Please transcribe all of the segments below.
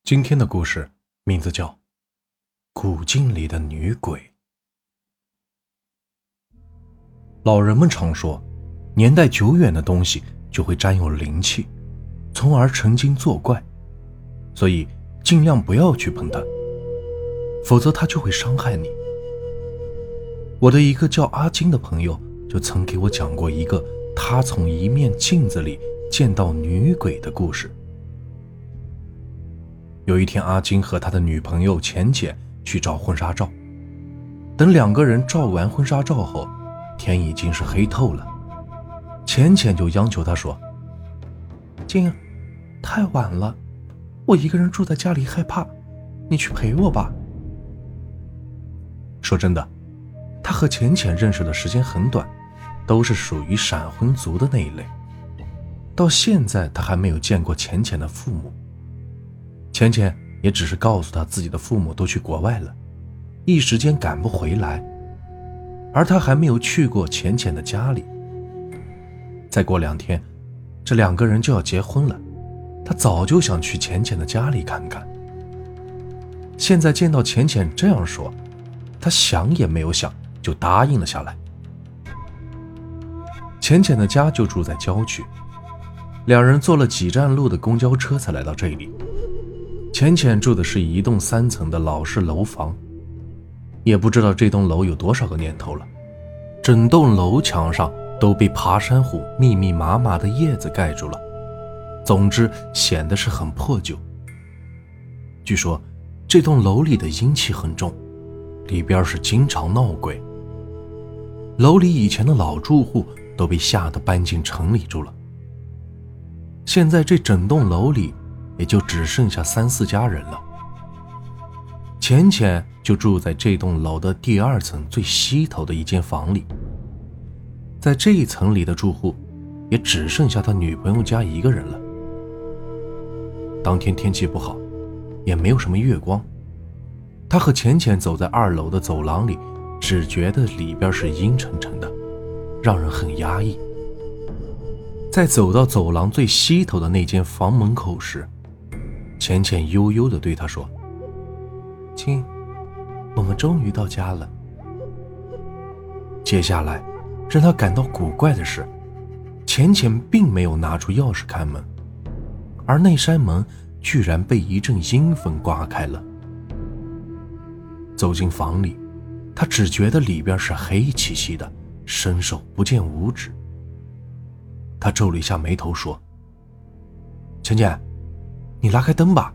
今天的故事名字叫《古镜里的女鬼》。老人们常说，年代久远的东西就会沾有灵气，从而成精作怪，所以尽量不要去碰它，否则它就会伤害你。我的一个叫阿金的朋友就曾给我讲过一个他从一面镜子里见到女鬼的故事。有一天，阿金和他的女朋友浅浅去照婚纱照，等两个人照完婚纱照后，天已经是黑透了。浅浅就央求他说：金，太晚了，我一个人住在家里害怕，你去陪我吧。说真的，他和浅浅认识的时间很短，都是属于闪婚族的那一类。到现在他还没有见过浅浅的父母，浅浅也只是告诉他自己的父母都去国外了，一时间赶不回来，而他还没有去过浅浅的家里。再过2天，这两个人就要结婚了，他早就想去浅浅的家里看看。现在见到浅浅这样说，他想也没有想就答应了下来。浅浅的家就住在郊区，两人坐了几站路的公交车才来到这里。浅浅住的是一栋3层的老式楼房，也不知道这栋楼有多少个年头了，整栋楼墙上都被爬山虎密密麻麻的叶子盖住了，总之显得是很破旧。据说这栋楼里的阴气很重，里边是经常闹鬼，楼里以前的老住户都被吓得搬进城里住了。现在这整栋楼里也就只剩下3、4家人了。浅浅就住在这栋楼的第2层最西头的一间房里，在这一层里的住户也只剩下他女朋友家一个人了。当天天气不好，也没有什么月光，他和浅浅走在2楼的走廊里，只觉得里边是阴沉沉的，让人很压抑。在走到走廊最西头的那间房门口时，浅浅悠悠地对他说：亲，我们终于到家了。接下来让他感到古怪的是，浅浅并没有拿出钥匙开门，而那扇门居然被一阵阴风刮开了。走进房里，他只觉得里边是黑漆漆的，伸手不见五指。他皱了一下眉头说：浅浅，你拉开灯吧。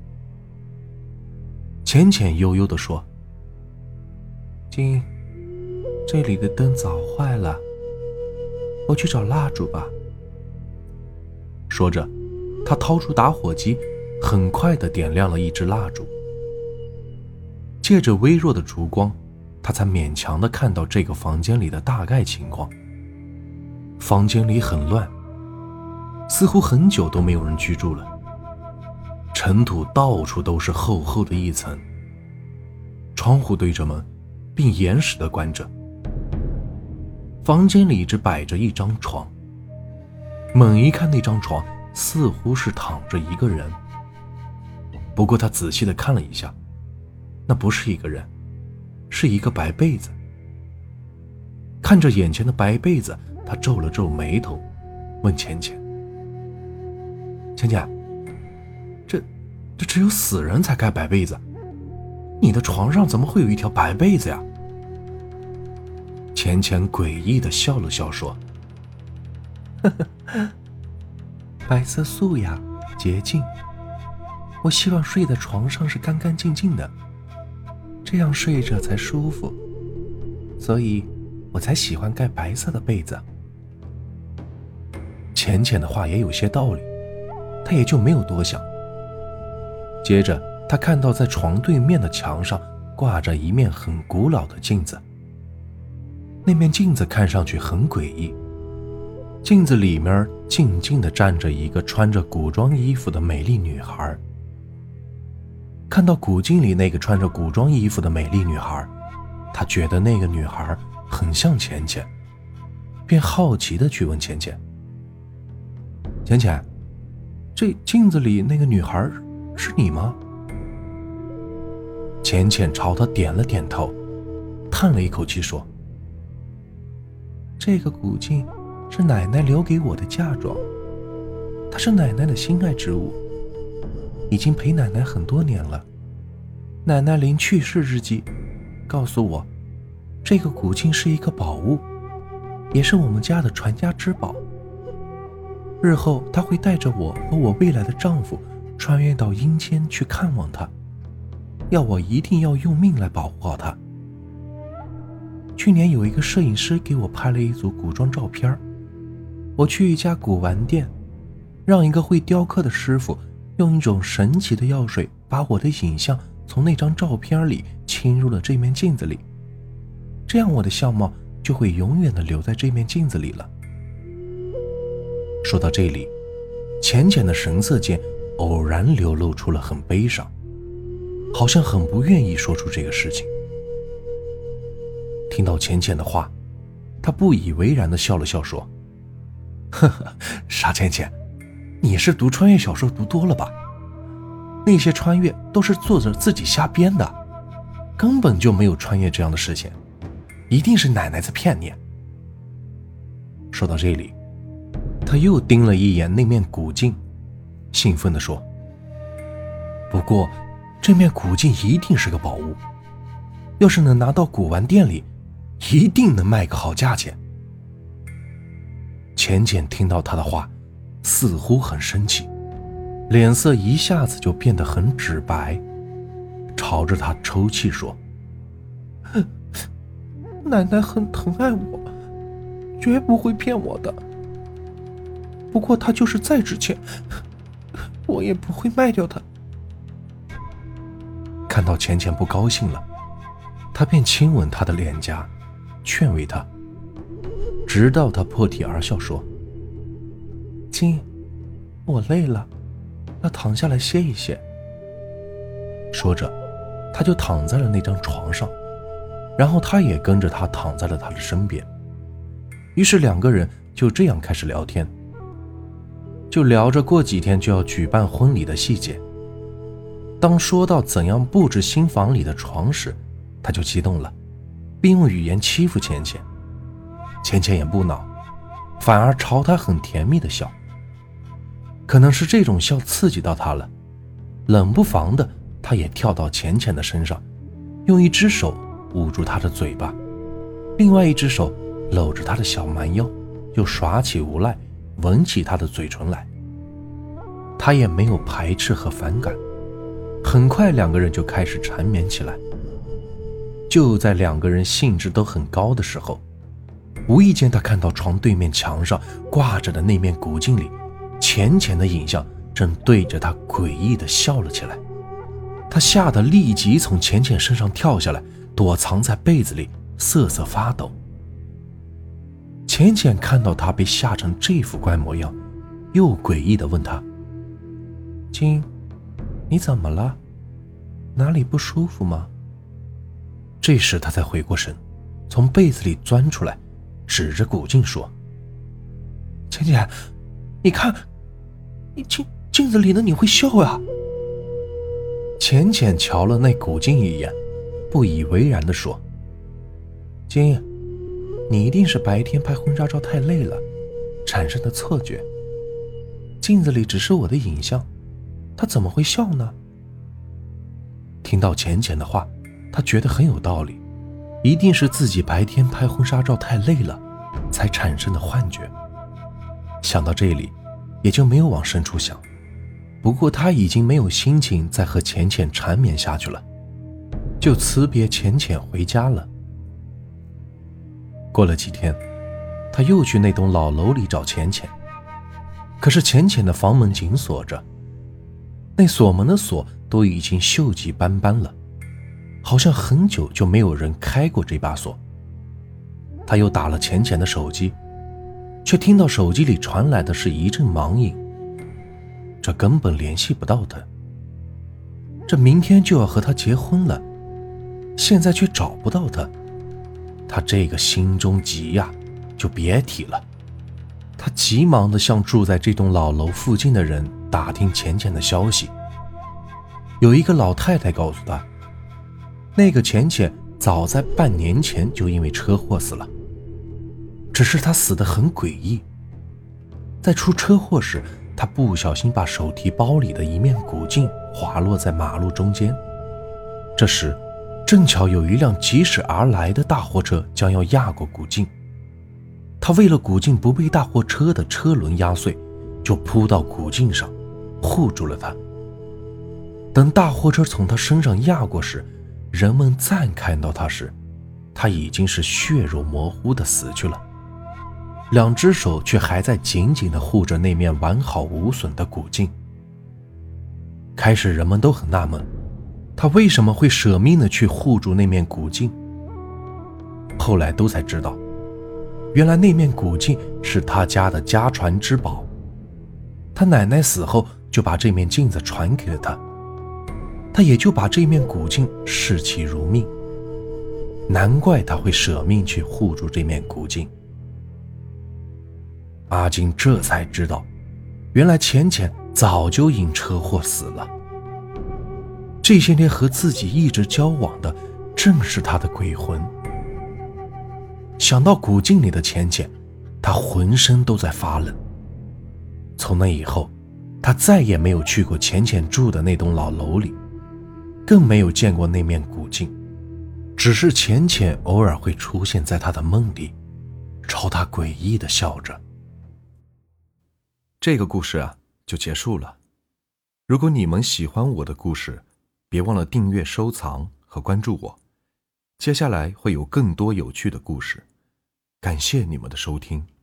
浅浅悠悠地说：金，这里的灯早坏了，我去找蜡烛吧。说着，他掏出打火机，很快地点亮了一支蜡烛。借着微弱的烛光，他才勉强地看到这个房间里的大概情况。房间里很乱，似乎很久都没有人居住了，尘土到处都是厚厚的一层，窗户对着门，并严实地关着。房间里只摆着一张床，猛一看那张床似乎是躺着一个人，不过他仔细地看了一下，那不是一个人，是一个白被子。看着眼前的白被子，他皱了皱眉头，问浅浅：浅浅，这只有死人才盖白被子，你的床上怎么会有一条白被子呀？浅浅诡异地笑了笑说：呵呵，白色素雅洁净，我希望睡在床上是干干净净的，这样睡着才舒服，所以我才喜欢盖白色的被子。浅浅的话也有些道理，他也就没有多想。接着他看到在床对面的墙上挂着一面很古老的镜子，那面镜子看上去很诡异，镜子里面静静地站着一个穿着古装衣服的美丽女孩。看到古镜里那个穿着古装衣服的美丽女孩，他觉得那个女孩很像浅浅，便好奇地去问浅浅：浅浅，这镜子里那个女孩是你吗？浅浅朝他点了点头，叹了一口气说：这个古镜是奶奶留给我的嫁妆，它是奶奶的心爱之物，已经陪奶奶很多年了。奶奶临去世之际告诉我，这个古镜是一个宝物，也是我们家的传家之宝。日后她会带着我和我未来的丈夫穿越到阴间去看望她，要我一定要用命来保护好她。去年有一个摄影师给我拍了一组古装照片，我去一家古玩店，让一个会雕刻的师傅用一种神奇的药水把我的影像从那张照片里侵入了这面镜子里，这样我的相貌就会永远地留在这面镜子里了。说到这里，浅浅的神色间偶然流露出了很悲伤，好像很不愿意说出这个事情。听到浅浅的话，他不以为然地笑了笑说：呵呵，傻浅浅，你是读穿越小说读多了吧？那些穿越都是作者自己瞎编的，根本就没有穿越这样的事情，一定是奶奶在骗你。说到这里，他又盯了一眼那面古镜，兴奋地说：不过这面古镜一定是个宝物，要是能拿到古玩店里，一定能卖个好价钱。浅浅听到他的话，似乎很生气，脸色一下子就变得很纸白，朝着他抽泣说：奶奶很疼爱我，绝不会骗我的。不过她就是再值钱，我也不会卖掉她。看到浅浅不高兴了，他便亲吻她的脸颊，劝慰她，直到她破涕而笑说：金，我累了，要躺下来歇一歇。说着，他就躺在了那张床上，然后他也跟着他躺在了他的身边。于是两个人就这样开始聊天，就聊着过几天就要举办婚礼的细节。当说到怎样布置新房里的床时，他就激动了，并用语言欺负浅浅。浅浅也不恼，反而朝他很甜蜜的笑。可能是这种笑刺激到他了，冷不防的他也跳到浅浅的身上，用一只手捂住她的嘴巴，另外一只手搂着她的小蛮腰，又耍起无赖，吻起她的嘴唇来。他也没有排斥和反感，很快两个人就开始缠绵起来。就在两个人兴致都很高的时候，无意间他看到床对面墙上挂着的那面古镜里，浅浅的影像正对着他诡异地笑了起来。他吓得立即从浅浅身上跳下来，躲藏在被子里，瑟瑟发抖。浅浅看到他被吓成这副怪模样，又诡异地问他：金，你怎么了？哪里不舒服吗？这时他才回过神，从被子里钻出来，指着古镜说：浅浅，你看，你镜子里的你会笑啊。浅浅瞧了那古镜一眼，不以为然地说：金，你一定是白天拍婚纱照太累了产生的错觉，镜子里只是我的影像，他怎么会笑呢？听到浅浅的话，他觉得很有道理，一定是自己白天拍婚纱照太累了才产生的幻觉。想到这里，也就没有往深处想。不过他已经没有心情再和浅浅缠绵下去了，就辞别浅浅回家了。过了几天，他又去那栋老楼里找浅浅，可是浅浅的房门紧锁着，那锁门的锁都已经锈迹斑斑了，好像很久就没有人开过这把锁。他又打了浅浅的手机，却听到手机里传来的是一阵忙音，这根本联系不到他。这明天就要和他结婚了，现在却找不到他，他这个心中急呀，就别提了。他急忙地向住在这栋老楼附近的人打听浅浅的消息， 有一个老太太告诉他，那个浅浅早在半年前就因为车祸死了，只是他死得很诡异。在出车祸时，他不小心把手提包里的一面古镜滑落在马路中间，这时正巧有一辆疾驶而来的大货车将要压过古镜，他为了古镜不被大货车的车轮压碎，就扑到古镜上护住了他。等大货车从他身上压过时，人们再看到他时，他已经是血肉模糊的死去了，两只手却还在紧紧地护着那面完好无损的古镜。开始人们都很纳闷，他为什么会舍命地去护住那面古镜？后来都才知道，原来那面古镜是他家的家传之宝，他奶奶死后就把这面镜子传给了他，他也就把这面古镜视其如命，难怪他会舍命去护住这面古镜。阿金这才知道，原来浅浅早就因车祸死了。这些年和自己一直交往的正是他的鬼魂。想到古镜里的浅浅，他浑身都在发冷。从那以后，他再也没有去过浅浅住的那栋老楼里，更没有见过那面古镜，只是浅浅偶尔会出现在他的梦里，朝他诡异地笑着。 这个故事啊，就结束了。如果你们喜欢我的故事，别忘了订阅、收藏和关注我。接下来会有更多有趣的故事。感谢你们的收听。